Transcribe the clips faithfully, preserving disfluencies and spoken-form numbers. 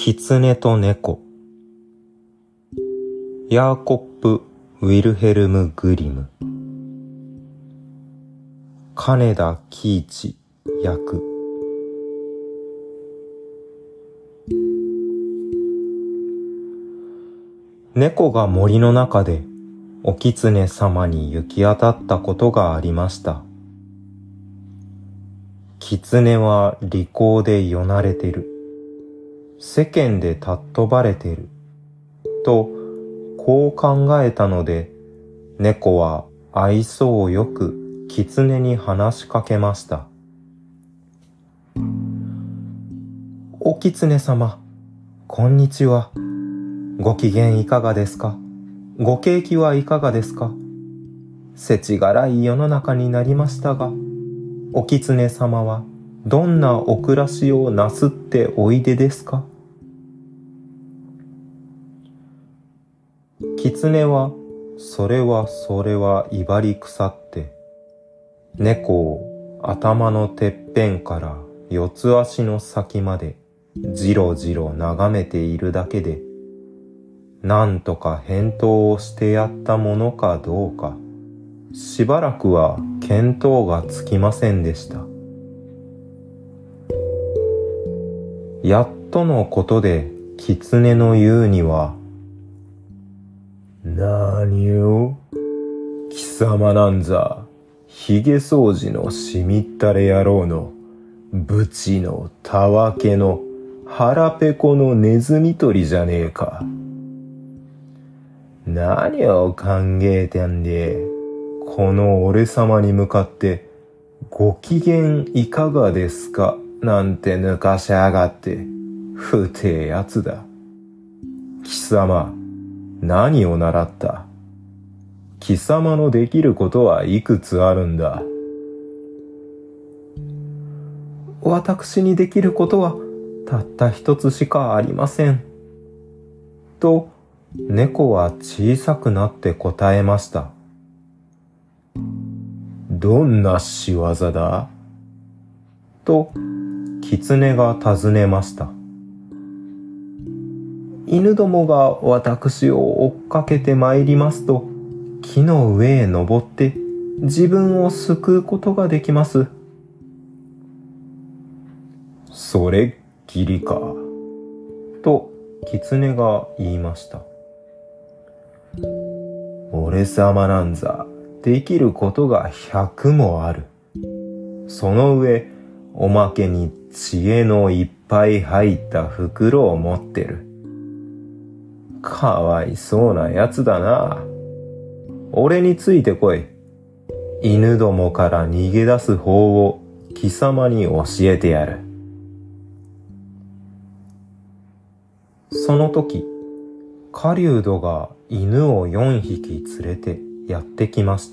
狐と猫。ヤーコップ・ウィルヘルム・グリム。金田喜一役。猫が森の中でお狐様に行き当たったことがありました。狐は利口でよなれてる。世間で尊ばれてる。と、こう考えたので、猫は愛想よく狐に話しかけました。お狐様、こんにちは。ご機嫌いかがですか？ご景気はいかがですか？せちがらい世の中になりましたが、お狐様はどんなお暮らしをなすっておいでですか？狐は、それはそれは威張り腐って、猫を頭のてっぺんから四つ足の先までじろじろ眺めているだけで、なんとか返答をしてやったものかどうか、しばらくは見当がつきませんでした。やっとのことで狐の言うには、なによ、貴様なんざ、髭掃除のしみったれ野郎の、ブチのたわけの、腹ペコのネズミ捕りじゃねえか。何を考えてんで、この俺様に向かって、ご機嫌いかがですかなんて抜かしやがって、不てえやつだ。貴様、何を習った？貴様のできることはいくつあるんだ？私にできることはたった一つしかありません。と、猫は小さくなって答えました。どんな仕業だ？と、狐が尋ねました。犬どもが私を追っかけてまいりますと、木の上へ登って自分を救うことができます。それっきりか。と、狐が言いました。俺様なんざできることが百もある。その上、おまけに知恵のいっぱい入った袋を持ってる。かわいそうなやつだな。俺についてこい。犬どもから逃げ出す方を貴様に教えてやる。その時、狩人が犬を四匹連れてやってきました。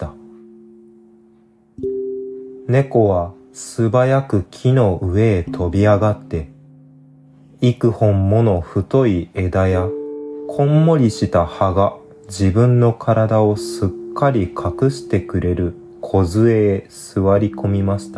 猫は素早く木の上へ飛び上がって、幾本もの太い枝やこんもりした葉が自分の体をすっかり隠してくれる梢へ座り込みました。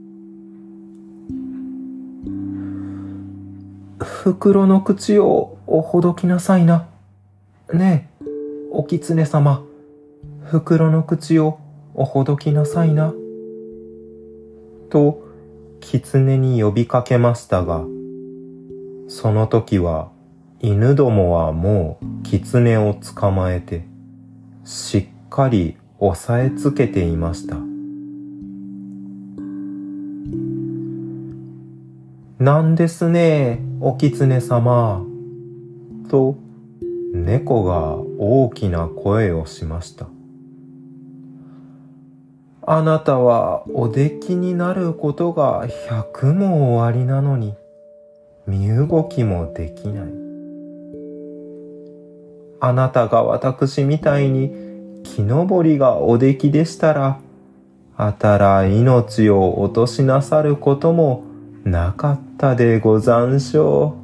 袋の口をおほどきなさいな。ねえ、お狐様、袋の口をおほどきなさいな。と、狐に呼びかけましたが、その時は、犬どもはもう狐を捕まえて、しっかり押さえつけていました。なんですね、お狐様。と、猫が大きな声をしました。あなたはおできになることが百もおありなのに、身動きもできない。あなたが私みたいに木登りがおできでしたら、あたら命を落としなさることもなかったでござんしょ